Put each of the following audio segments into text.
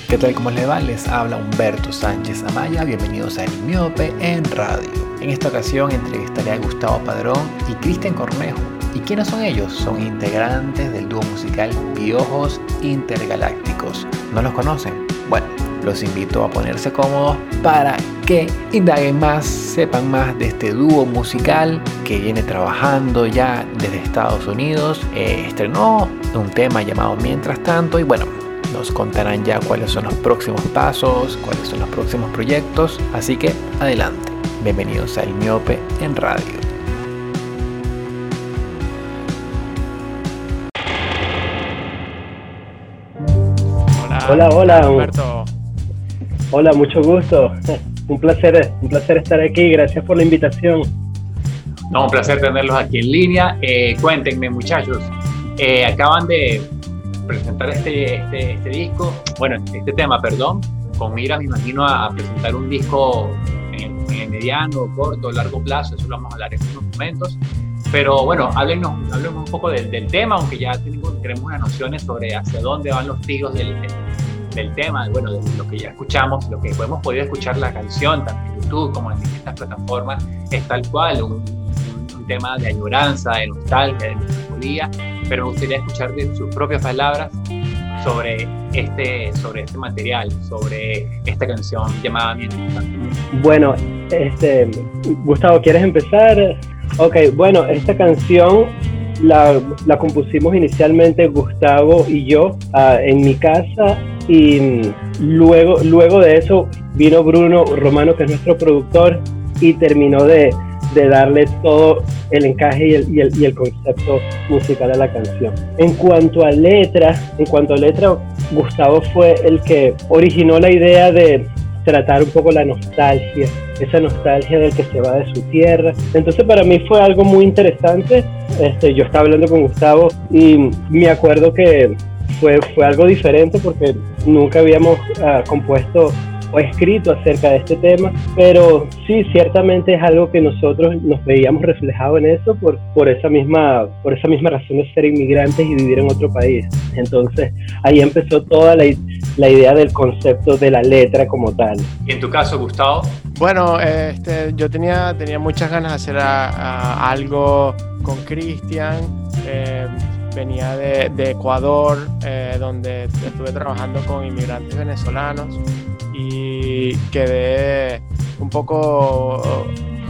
¿Qué tal? ¿Cómo les va? Les habla Humberto Sánchez Amaya. Bienvenidos a El Miope en Radio. En esta ocasión entrevistaré a Gustavo Padrón y Cristian Cornejo. ¿Y quiénes son ellos? Son integrantes del dúo musical Piojos Intergalácticos. ¿No los conocen? Bueno, los invito a ponerse cómodos para que indaguen más, sepan más de este dúo musical que viene trabajando ya desde Estados Unidos. Estrenó un tema llamado Mientras Tanto y bueno, nos contarán ya cuáles son los próximos pasos, cuáles son los próximos proyectos. Así que adelante, bienvenidos a El Miope en Radio. Hola, Humberto. Hola, mucho gusto. Un placer estar aquí. Gracias por la invitación. No, un placer tenerlos aquí en línea. Cuéntenme, muchachos, acaban de presentar este disco, este tema, con mira, me imagino, a presentar un disco en mediano, corto, largo plazo. Eso lo vamos a hablar en unos momentos. Pero bueno, háblenos un poco del tema, aunque ya tenemos unas nociones sobre hacia dónde van los tiros del tema, bueno, de lo que ya escuchamos, lo que hemos podido escuchar la canción, tanto en YouTube como en distintas plataformas, es tal cual, un tema de añoranza, de nostalgia, de melancolía, pero me gustaría escuchar de sus propias palabras sobre este material, sobre esta canción llamada Mientras Tanto. Bueno, Gustavo, ¿quieres empezar? Ok, bueno, esta canción la compusimos inicialmente Gustavo y yo en mi casa, y luego de eso vino Bruno Romano, que es nuestro productor, y terminó de darle todo el encaje y el concepto musical a la canción. En cuanto a letra, Gustavo fue el que originó la idea de tratar un poco la nostalgia, esa nostalgia del que se va de su tierra. Entonces para mí fue algo muy interesante. Yo estaba hablando con Gustavo y me acuerdo que fue algo diferente porque nunca habíamos compuesto o escrito acerca de este tema, pero sí, ciertamente es algo que nosotros nos veíamos reflejados en eso por esa misma razón de ser inmigrantes y vivir en otro país. Entonces ahí empezó toda la idea del concepto de la letra como tal. ¿Y en tu caso, Gustavo? Bueno, yo tenía muchas ganas de hacer algo con Cristian. Venía de Ecuador, donde estuve trabajando con inmigrantes venezolanos y quedé un poco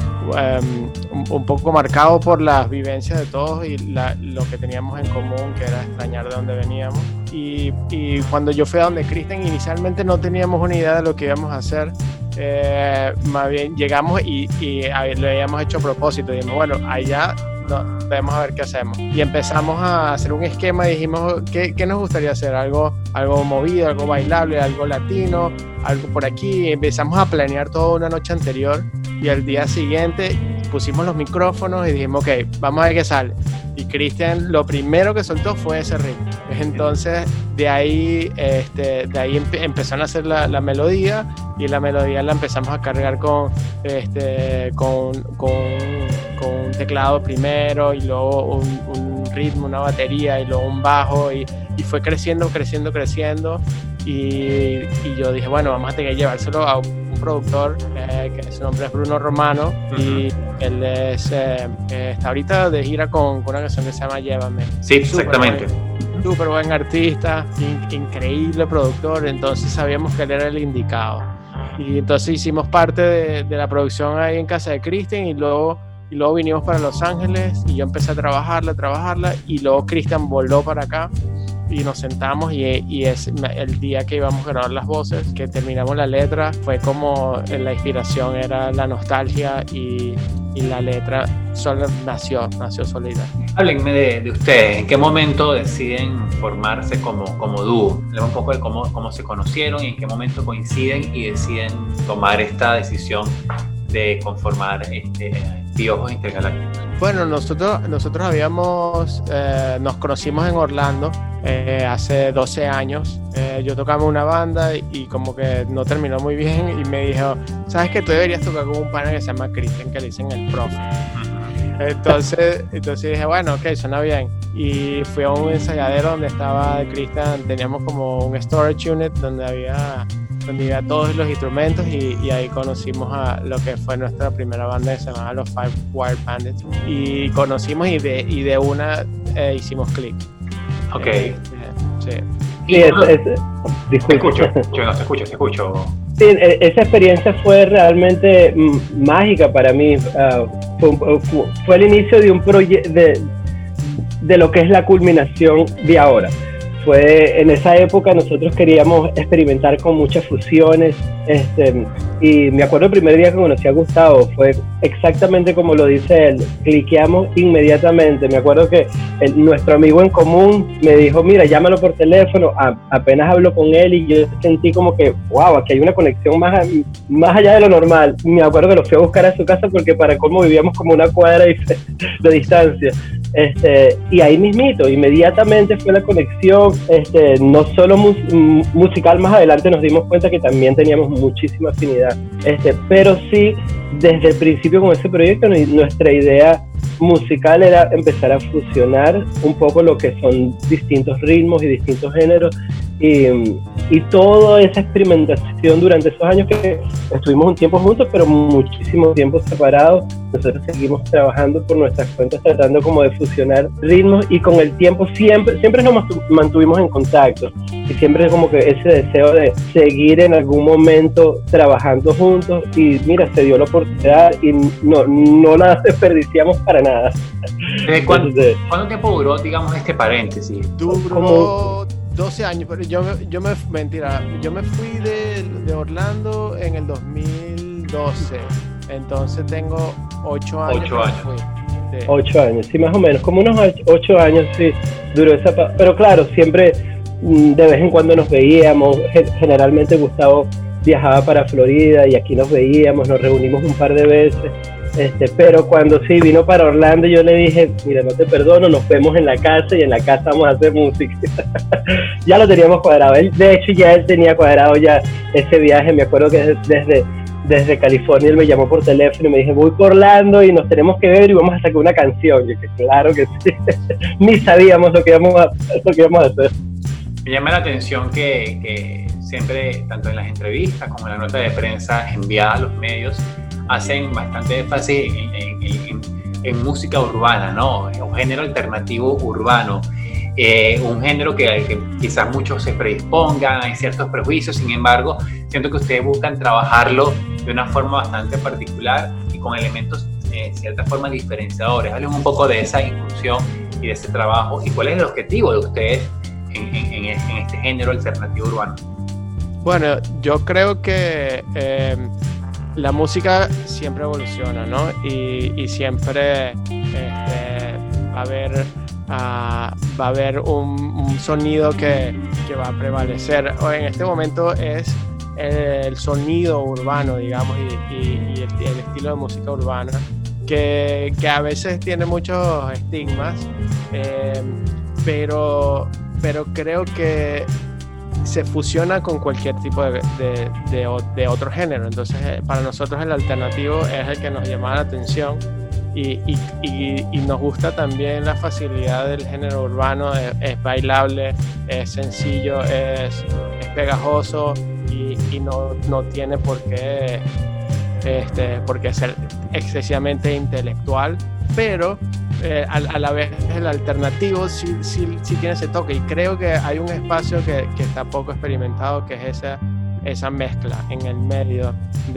marcado por las vivencias de todos y lo que teníamos en común, que era extrañar de dónde veníamos. Y cuando yo fui a donde Cristian, inicialmente no teníamos una idea de lo que íbamos a hacer. Más bien llegamos y lo habíamos hecho a propósito. Dijimos, bueno, allá debemos a ver qué hacemos. Y empezamos a hacer un esquema y dijimos, ¿qué nos gustaría hacer? Algo movido, algo bailable, algo latino, algo por aquí. Y empezamos a planear toda una noche anterior y al día siguiente pusimos los micrófonos y dijimos, ok, vamos a ver qué sale. Y Cristian lo primero que soltó fue ese ritmo. Entonces de ahí empezaron a hacer la melodía, y la melodía la empezamos a cargar con un teclado primero, y luego un ritmo, una batería, y luego un bajo, y fue creciendo. Y yo dije, bueno, vamos a tener que llevárselo a un productor que su nombre es Bruno Romano. Uh-huh. Y él está ahorita de gira con una canción que se llama Llévame. Sí, exactamente. Súper buen artista, increíble productor, entonces sabíamos que él era el indicado. Y entonces hicimos parte de la producción ahí en casa de Cristian, y luego vinimos para Los Ángeles y yo empecé a trabajarla, y luego Cristian voló para acá y nos sentamos, y es el día que íbamos a grabar las voces, que terminamos la letra, fue como la inspiración era la nostalgia, y la letra solo nació solita. Háblenme de ustedes, ¿en qué momento deciden formarse como dúo? Hablemos un poco de cómo se conocieron y en qué momento coinciden y deciden tomar esta decisión de conformar Piojos Intergalácticos. Bueno, nosotros nos conocimos en Orlando hace 12 años. Yo tocaba una banda y como que no terminó muy bien, y me dijo, ¿sabes que tú deberías tocar con un pana que se llama Cristian, que le dicen el profe? Entonces dije, bueno, ok, suena bien. Y fui a un ensayadero donde estaba Cristian, teníamos como un storage unit donde había todos los instrumentos y ahí conocimos a lo que fue nuestra primera banda que se llamaba los Five Wired Bandits. Y conocimos y de una hicimos click. Ok. Sí. Sí, disculpe. Te escucho. Sí, esa experiencia fue realmente mágica para mí. Fue el inicio de un proyecto, de lo que es la culminación de ahora. Fue en esa época nosotros queríamos experimentar con muchas fusiones, y me acuerdo el primer día que conocí a Gustavo, fue exactamente como lo dice él, cliqueamos inmediatamente. Me acuerdo que nuestro amigo en común me dijo, mira, llámalo por teléfono. Apenas hablo con él y yo sentí como que, wow, aquí hay una conexión más allá de lo normal. Me acuerdo que lo fui a buscar a su casa porque para colmo vivíamos como una cuadra de distancia. Y ahí mismito, inmediatamente fue la conexión, no solo musical. Más adelante nos dimos cuenta que también teníamos muchísima afinidad, pero sí, desde el principio con ese proyecto nuestra idea musical era empezar a fusionar un poco lo que son distintos ritmos y distintos géneros, y toda esa experimentación durante esos años que estuvimos un tiempo juntos, pero muchísimo tiempo separados. Nosotros seguimos trabajando por nuestras cuentas, tratando como de fusionar ritmos, y con el tiempo siempre nos mantuvimos en contacto, y siempre como que ese deseo de seguir en algún momento trabajando juntos, y mira, se dio la oportunidad y no la desperdiciamos para nada. ¿Cuánto tiempo duró, digamos, este paréntesis? Duró 12 años, pero yo me fui de Orlando en el 2012, entonces tengo 8 años. 8 años. Sí. 8 años, sí, más o menos, como unos 8 años, sí, duró esa pero claro, siempre de vez en cuando nos veíamos. Generalmente Gustavo viajaba para Florida y aquí nos veíamos, nos reunimos un par de veces. Pero cuando sí vino para Orlando, yo le dije, mira, no te perdono, nos vemos en la casa y en la casa vamos a hacer música. Ya lo teníamos cuadrado. De hecho, ya él tenía cuadrado ya ese viaje. Me acuerdo que desde California él me llamó por teléfono y me dijo, voy por Orlando y nos tenemos que ver y vamos a sacar una canción. Yo dije, claro que sí. Ni sabíamos lo que íbamos a hacer. Me llama la atención que siempre, tanto en las entrevistas como en la nota de prensa enviada a los medios, hacen bastante énfasis en música urbana, ¿no? Un género alternativo urbano, un género que quizás muchos se predispongan, hay ciertos prejuicios. Sin embargo, siento que ustedes buscan trabajarlo de una forma bastante particular y con elementos de cierta forma diferenciadores. Hablen un poco de esa inclusión y de ese trabajo, y cuál es el objetivo de ustedes en este género alternativo urbano. Bueno, yo creo que la música siempre evoluciona, ¿no? Y siempre va a haber un sonido que va a prevalecer. En este momento es el sonido urbano, digamos, y el estilo de música urbana, que a veces tiene muchos estigmas, pero creo que se fusiona con cualquier tipo de otro género. Entonces, para nosotros el alternativo es el que nos llama la atención, y nos gusta también la facilidad del género urbano. Es bailable, es sencillo, es pegajoso, y no tiene por qué ser excesivamente intelectual, pero a la vez el alternativo sí tiene ese toque, y creo que hay un espacio que está poco experimentado, que es esa mezcla en el medio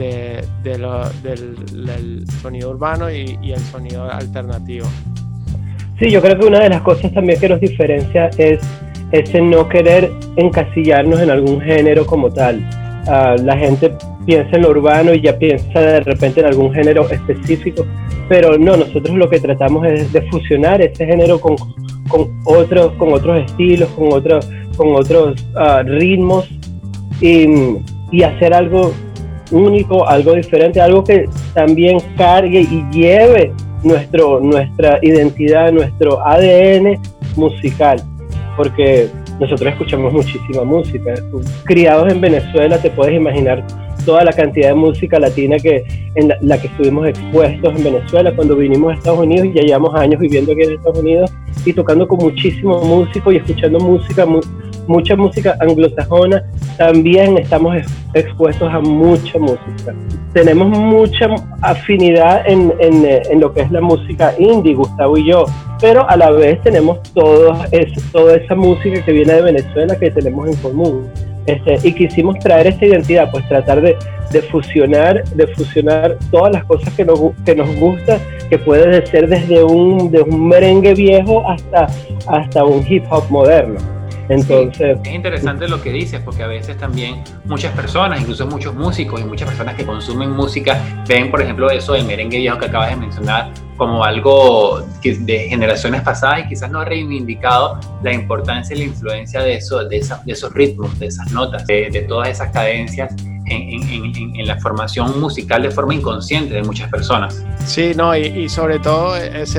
del sonido urbano y el sonido alternativo. Sí, yo creo que una de las cosas también que nos diferencia es ese no querer encasillarnos en algún género como tal. La gente piensa en lo urbano y ya piensa de repente en algún género específico, pero no, nosotros lo que tratamos es de fusionar ese género con otros estilos, con otros ritmos, y hacer algo único, algo diferente, algo que también cargue y lleve nuestra identidad, nuestro ADN musical, porque nosotros escuchamos muchísima música. Criados en Venezuela, te puedes imaginar toda la cantidad de música latina en la que estuvimos expuestos en Venezuela cuando vinimos a Estados Unidos, y ya llevamos años viviendo aquí en Estados Unidos y tocando con muchísimos músicos y escuchando música, mucha música anglosajona. También estamos expuestos a mucha música. Tenemos mucha afinidad en lo que es la música indie, Gustavo y yo, pero a la vez tenemos toda esa música que viene de Venezuela que tenemos en común. Y quisimos traer esa identidad, pues tratar de fusionar todas las cosas que nos gusta, que puede ser desde un merengue viejo hasta un hip hop moderno. Entonces, sí, es interesante lo que dices, porque a veces también muchas personas, incluso muchos músicos y muchas personas que consumen música, ven, por ejemplo, eso del merengue viejo que acabas de mencionar como algo de generaciones pasadas, y quizás no ha reivindicado la importancia y la influencia de esos ritmos, de esas notas, de todas esas cadencias en la formación musical de forma inconsciente de muchas personas. Sí, no, y sobre todo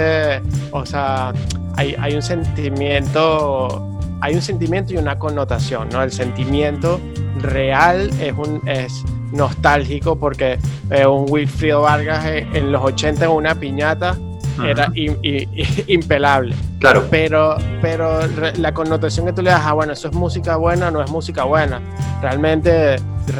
hay un sentimiento y una connotación, ¿no? El sentimiento real es nostálgico, porque un Wilfrido Vargas en los 80 en una piñata era impelable. Claro. Pero la connotación que tú le das, bueno, eso es música buena, no es música buena. Realmente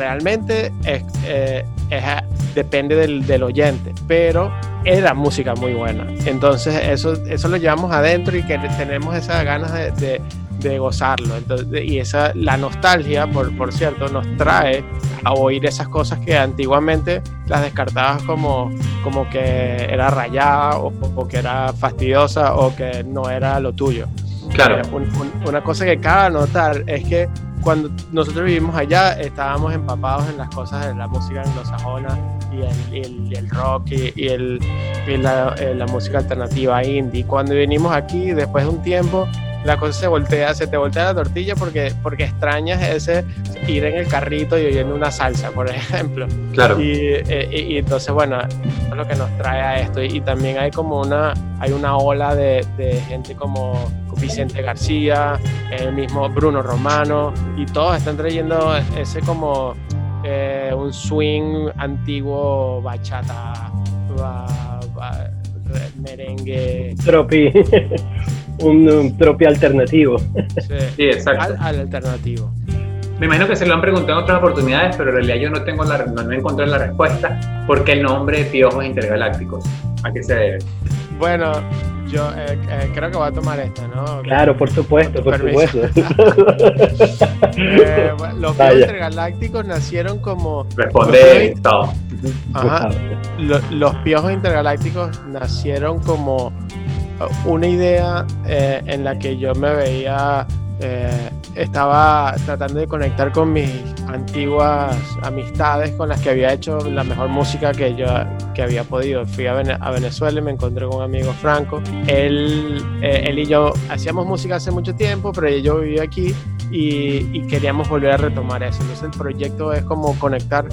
depende del oyente, pero era música muy buena. Entonces eso lo llevamos adentro, y que tenemos esas ganas de gozarlo. Entonces, y la nostalgia, por cierto, nos trae a oír esas cosas que antiguamente las descartabas como que era rayada o que era fastidiosa o que no era lo tuyo. Claro. Una cosa que cabe notar es que cuando nosotros vivimos allá, estábamos empapados en las cosas de la música anglosajona y el rock y la música alternativa indie. Cuando vinimos aquí, después de un tiempo, la cosa se te voltea la tortilla porque extrañas ese ir en el carrito y oyendo una salsa, por ejemplo. Claro. Y entonces, bueno, es lo que nos trae a esto. Y también hay una ola de gente como Vicente García, el mismo Bruno Romano, y todos están trayendo ese como un swing antiguo, bachata, merengue, tropi. Un tropi alternativo. Sí, exacto. Al alternativo. Me imagino que se lo han preguntado en otras oportunidades, pero en realidad yo no encontré la respuesta. ¿Por qué el nombre de Piojos Intergalácticos? ¿A qué se debe? Bueno, yo creo que voy a tomar esta, ¿no? Claro, por supuesto. Los Piojos Intergalácticos nacieron como... Responde, Gustavo. Ajá. Los Piojos Intergalácticos nacieron como una idea en la que yo me veía, estaba tratando de conectar con mis antiguas amistades con las que había hecho la mejor música que había podido. Fui a Venezuela y me encontré con un amigo, Franco. Él y yo hacíamos música hace mucho tiempo, pero yo vivía aquí y queríamos volver a retomar eso. Entonces el proyecto es como conectar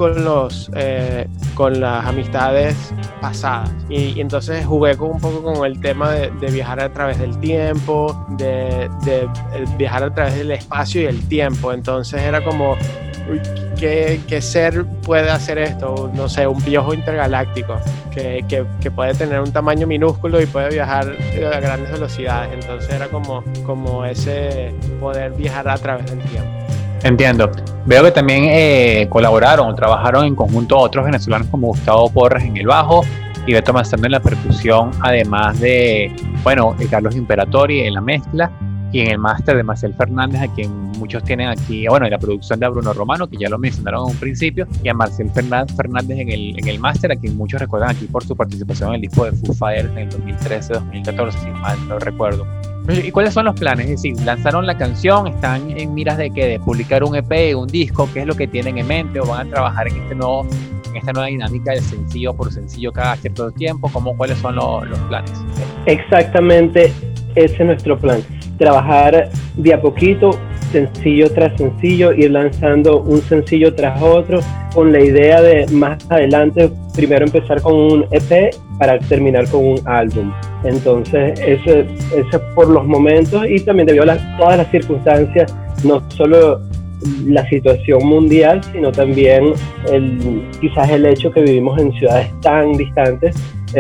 con las amistades pasadas, y entonces jugué un poco con el tema de viajar a través del tiempo, de viajar a través del espacio y el tiempo. Entonces era como, ¿qué ser puede hacer esto? No sé, un piojo intergaláctico que puede tener un tamaño minúsculo y puede viajar a grandes velocidades. Entonces era como ese poder viajar a través del tiempo. Entiendo. Veo que también colaboraron o trabajaron en conjunto otros venezolanos como Gustavo Porras en el bajo y Beto Mazando en la percusión, además de, Carlos Imperatori en la mezcla, y en el máster de Marcel Fernández, a quien muchos tienen aquí, en la producción de Bruno Romano, que ya lo mencionaron en un principio, y a Marcel Fernández en el máster, a quien muchos recuerdan aquí por su participación en el disco de Foo Fighters en el 2013-2014, si mal no recuerdo. ¿Y cuáles son los planes? Es decir, lanzaron la canción, están en miras de publicar un EP, un disco, ¿qué es lo que tienen en mente? ¿O van a trabajar en esta nueva dinámica de sencillo por sencillo cada cierto tiempo? ¿Cuáles son los planes? Exactamente, ese es nuestro plan. Trabajar de a poquito, sencillo tras sencillo, ir lanzando un sencillo tras otro, con la idea de más adelante primero empezar con un EP para terminar con un álbum. Entonces ese por los momentos, y también debido a todas las circunstancias, no solo la situación mundial, sino también quizás el hecho que vivimos en ciudades tan distantes.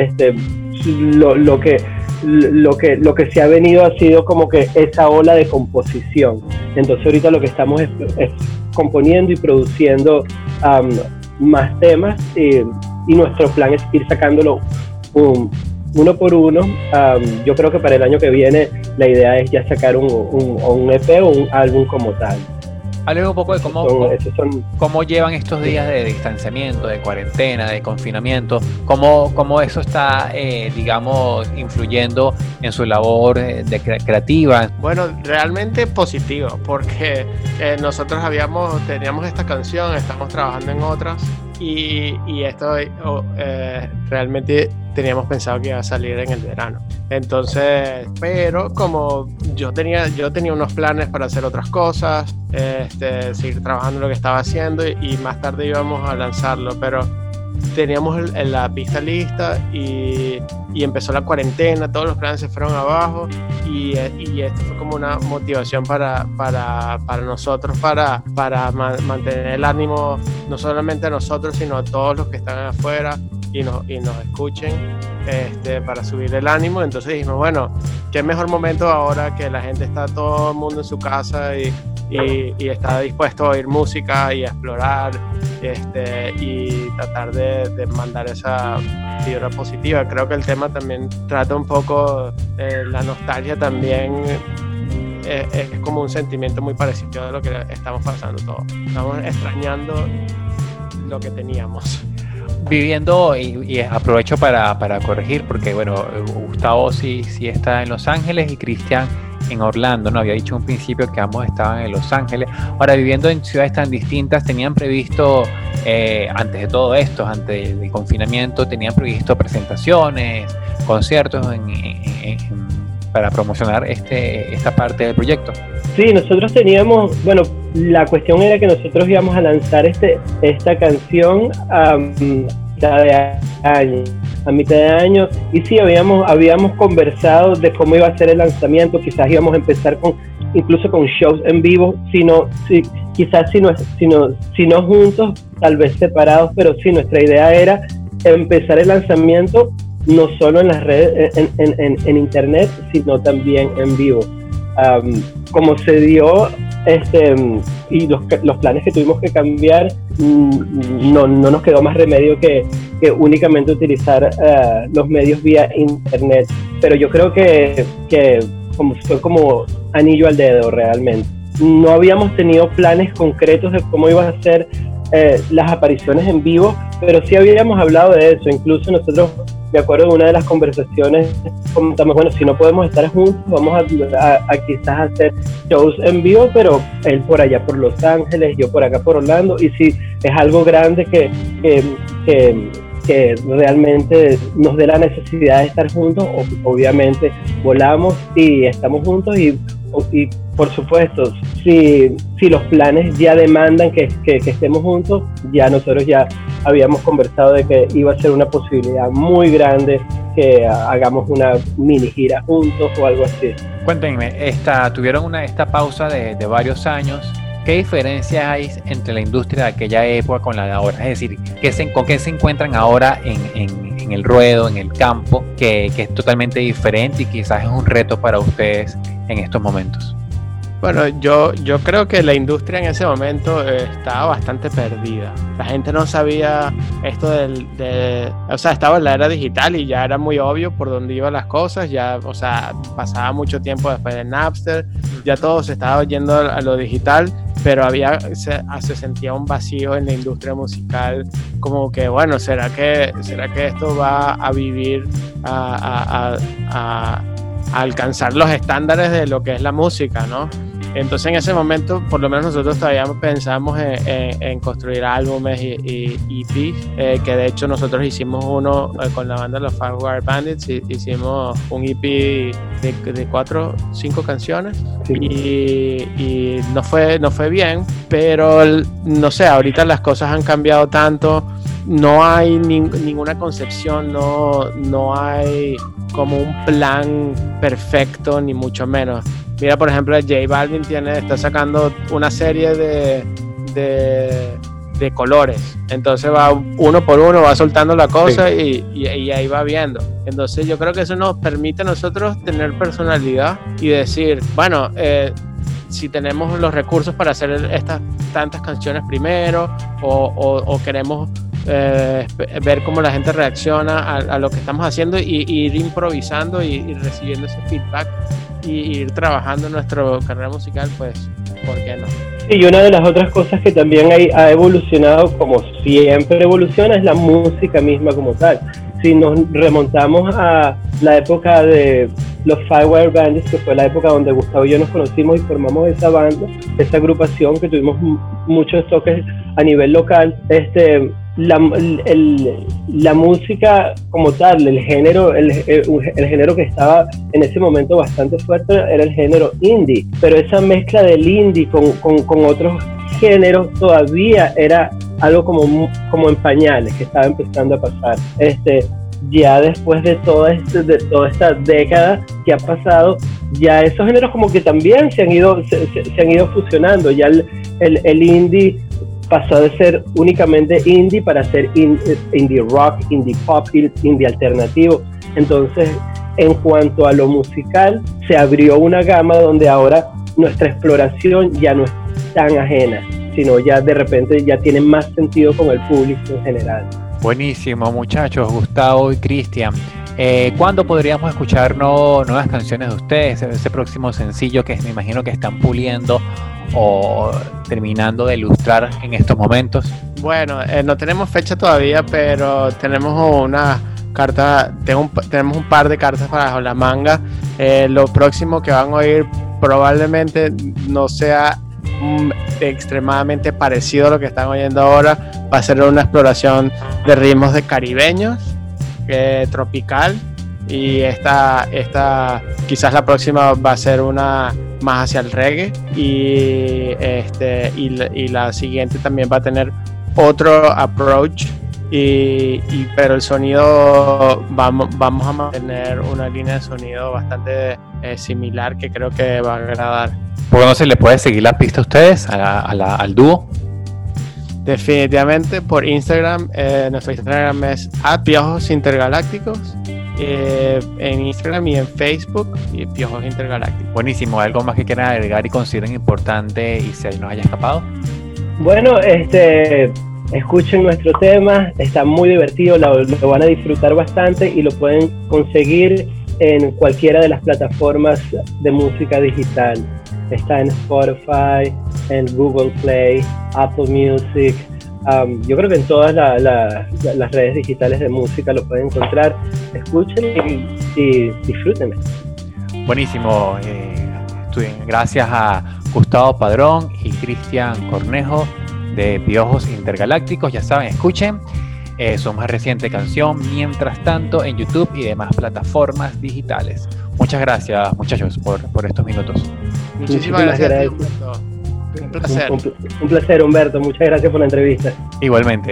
Lo que se ha venido ha sido como que esa ola de composición. Entonces ahorita lo que estamos es componiendo y produciendo más temas, y nuestro plan es ir sacándolo uno por uno. Yo creo que para el año que viene la idea es ya sacar un EP o un álbum como tal. Háblame un poco de cómo llevan estos días de distanciamiento, de cuarentena, de confinamiento, cómo eso está, digamos, influyendo en su labor creativa. Bueno, realmente positivo, porque nosotros teníamos esta canción, estamos trabajando en otras, y esto realmente teníamos pensado que iba a salir en el verano. Entonces, pero como yo tenía unos planes para hacer otras cosas, seguir trabajando en lo que estaba haciendo, y más tarde íbamos a lanzarlo, pero teníamos la pista lista y empezó la cuarentena, todos los planes se fueron abajo, y esto fue como una motivación para nosotros, para mantener el ánimo, no solamente a nosotros, sino a todos los que están afuera y nos escuchen, para subir el ánimo. Entonces dijimos, bueno, qué mejor momento ahora que la gente está todo el mundo en su casa y está dispuesto a oír música y a explorar, y tratar de mandar esa vibra positiva. Creo que el tema también trata un poco la nostalgia también. Es como un sentimiento muy parecido a lo que estamos pasando todos. Estamos extrañando lo que teníamos. Viviendo, y aprovecho para corregir, porque bueno, Gustavo sí está en Los Ángeles y Cristian en Orlando, ¿no? Había dicho en un principio que ambos estaban en Los Ángeles. Ahora, viviendo en ciudades tan distintas, ¿tenían previsto, antes de todo esto, antes del confinamiento, tenían previsto presentaciones, conciertos para promocionar esta parte del proyecto? Sí, nosotros teníamos, bueno, la cuestión era que nosotros íbamos a lanzar esta canción a mitad de año, y sí, habíamos conversado de cómo iba a ser el lanzamiento. Quizás íbamos a empezar incluso con shows en vivo, quizás si no juntos, tal vez separados, pero sí, nuestra idea era empezar el lanzamiento no solo en las redes, en internet, sino también en vivo. Como se dio, y los planes que tuvimos que cambiar, no nos quedó más remedio que únicamente utilizar los medios vía internet. Pero yo creo que fue como anillo al dedo realmente. No habíamos tenido planes concretos de cómo iban a ser las apariciones en vivo, pero sí habíamos hablado de eso. Incluso nosotros, me acuerdo de una de las conversaciones, comentamos, bueno, si no podemos estar juntos, vamos a quizás hacer shows en vivo, pero él por allá por Los Ángeles, yo por acá por Orlando, y si es algo grande que realmente nos dé la necesidad de estar juntos, obviamente volamos y estamos juntos, y por supuesto, si los planes ya demandan que estemos juntos, ya nosotros ya habíamos conversado de que iba a ser una posibilidad muy grande que hagamos una mini gira juntos o algo así. Cuéntenme, tuvieron esta pausa de varios años. ¿Qué diferencia hay entre la industria de aquella época con la de ahora? Es decir, ¿con qué se encuentran ahora en el ruedo, en el campo, que es totalmente diferente y quizás es un reto para ustedes en estos momentos? Bueno, yo creo que la industria en ese momento estaba bastante perdida. La gente no sabía esto estaba en la era digital y ya era muy obvio por dónde iban las cosas. Ya, pasaba mucho tiempo después de Napster, ya todo se estaba yendo a lo digital, pero se sentía un vacío en la industria musical, como que, bueno, ¿será que esto va a vivir a alcanzar los estándares de lo que es la música, ¿no? Entonces en ese momento, por lo menos nosotros todavía pensamos en construir álbumes y EPs, que de hecho nosotros hicimos uno con la banda Los Five Wire Bandits, hicimos un EP de 4 o 5 canciones, sí. y no fue bien, pero no sé, ahorita las cosas han cambiado tanto, no hay ninguna concepción, no hay como un plan perfecto, ni mucho menos. Mira, por ejemplo, J Balvin está sacando una serie de colores, entonces va uno por uno, va soltando la cosa, sí. y ahí va viendo. Entonces yo creo que eso nos permite a nosotros tener personalidad y decir, bueno, si tenemos los recursos para hacer estas tantas canciones primero, o queremos ver cómo la gente reacciona a lo que estamos haciendo, y ir improvisando y recibiendo ese feedback y ir trabajando en nuestra carrera musical, pues, ¿por qué no? Y una de las otras cosas que también ha evolucionado, como siempre evoluciona, es la música misma como tal. Si nos remontamos a la época de los Firewire Bandits, que fue la época donde Gustavo y yo nos conocimos y formamos esa banda, esa agrupación que tuvimos muchos toques a nivel local, la música como tal, el género que estaba en ese momento bastante fuerte era el género indie, pero esa mezcla del indie con otros géneros todavía era algo como en pañales, que estaba empezando a pasar. Ya después de toda esta década que ha pasado, ya esos géneros como que también se han ido fusionando. Ya el indie pasó de ser únicamente indie para ser indie rock, indie pop, indie alternativo. Entonces, en cuanto a lo musical, se abrió una gama donde ahora nuestra exploración ya no es tan ajena, sino ya de repente ya tiene más sentido con el público en general. Buenísimo, muchachos, Gustavo y Cristian. ¿Cuándo podríamos escuchar nuevas canciones de ustedes? Ese próximo sencillo que me imagino que están puliendo o terminando de ilustrar en estos momentos. Bueno, no tenemos fecha todavía, pero tenemos una carta, tenemos un par de cartas bajo la manga. Lo próximo que van a oír probablemente no sea extremadamente parecido a lo que están oyendo ahora. Va a ser una exploración de ritmos de caribeños, tropical, y esta quizás la próxima va a ser una más hacia el reggae, y la siguiente también va a tener otro approach, pero el sonido vamos a mantener una línea de sonido bastante similar, que creo que va a agradar. ¿Por qué no se le puede seguir la pista a ustedes, al dúo? Definitivamente por Instagram. Nuestro Instagram es @piojosintergalácticos, en Instagram y en Facebook, y Piojos Intergalácticos. Buenísimo. ¿Algo más que quieran agregar y consideren importante y se nos haya escapado? Bueno, escuchen nuestro tema, está muy divertido, lo van a disfrutar bastante, y lo pueden conseguir en cualquiera de las plataformas de música digital. Está en Spotify, en Google Play, Apple Music. Yo creo que en todas las redes digitales de música lo pueden encontrar. Escuchen y disfruten. Buenísimo. Gracias a Gustavo Padrón y Cristian Cornejo de Piojos Intergalácticos. Ya saben, escuchen su más reciente canción Mientras Tanto en YouTube y demás plataformas digitales. Muchas gracias, muchachos, por estos minutos. Muchísimas gracias. Un placer. Un placer, Humberto. Muchas gracias por la entrevista. Igualmente.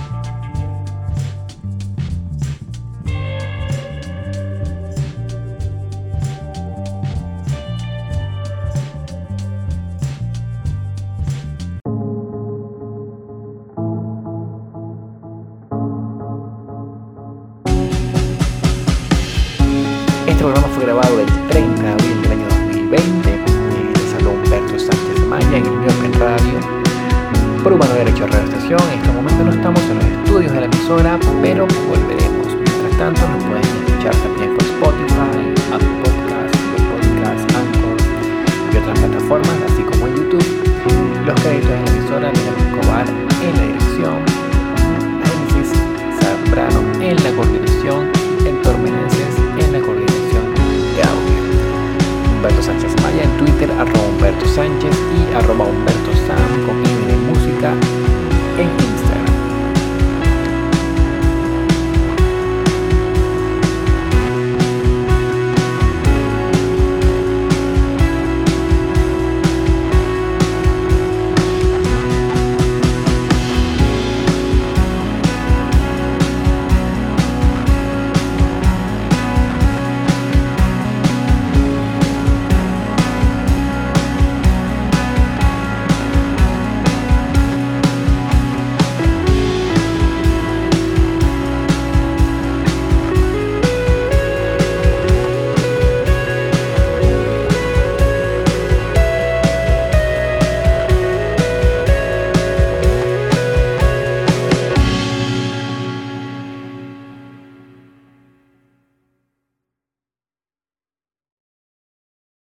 Este programa fue grabado el 30 de abril del año 2020. Les habló Humberto Sánchez Amaya en el Miope Radio por Humano Derecho Radio Estación. En este momento no estamos en los estudios de la emisora, pero volveremos. Mientras tanto, nos pueden escuchar también por Spotify,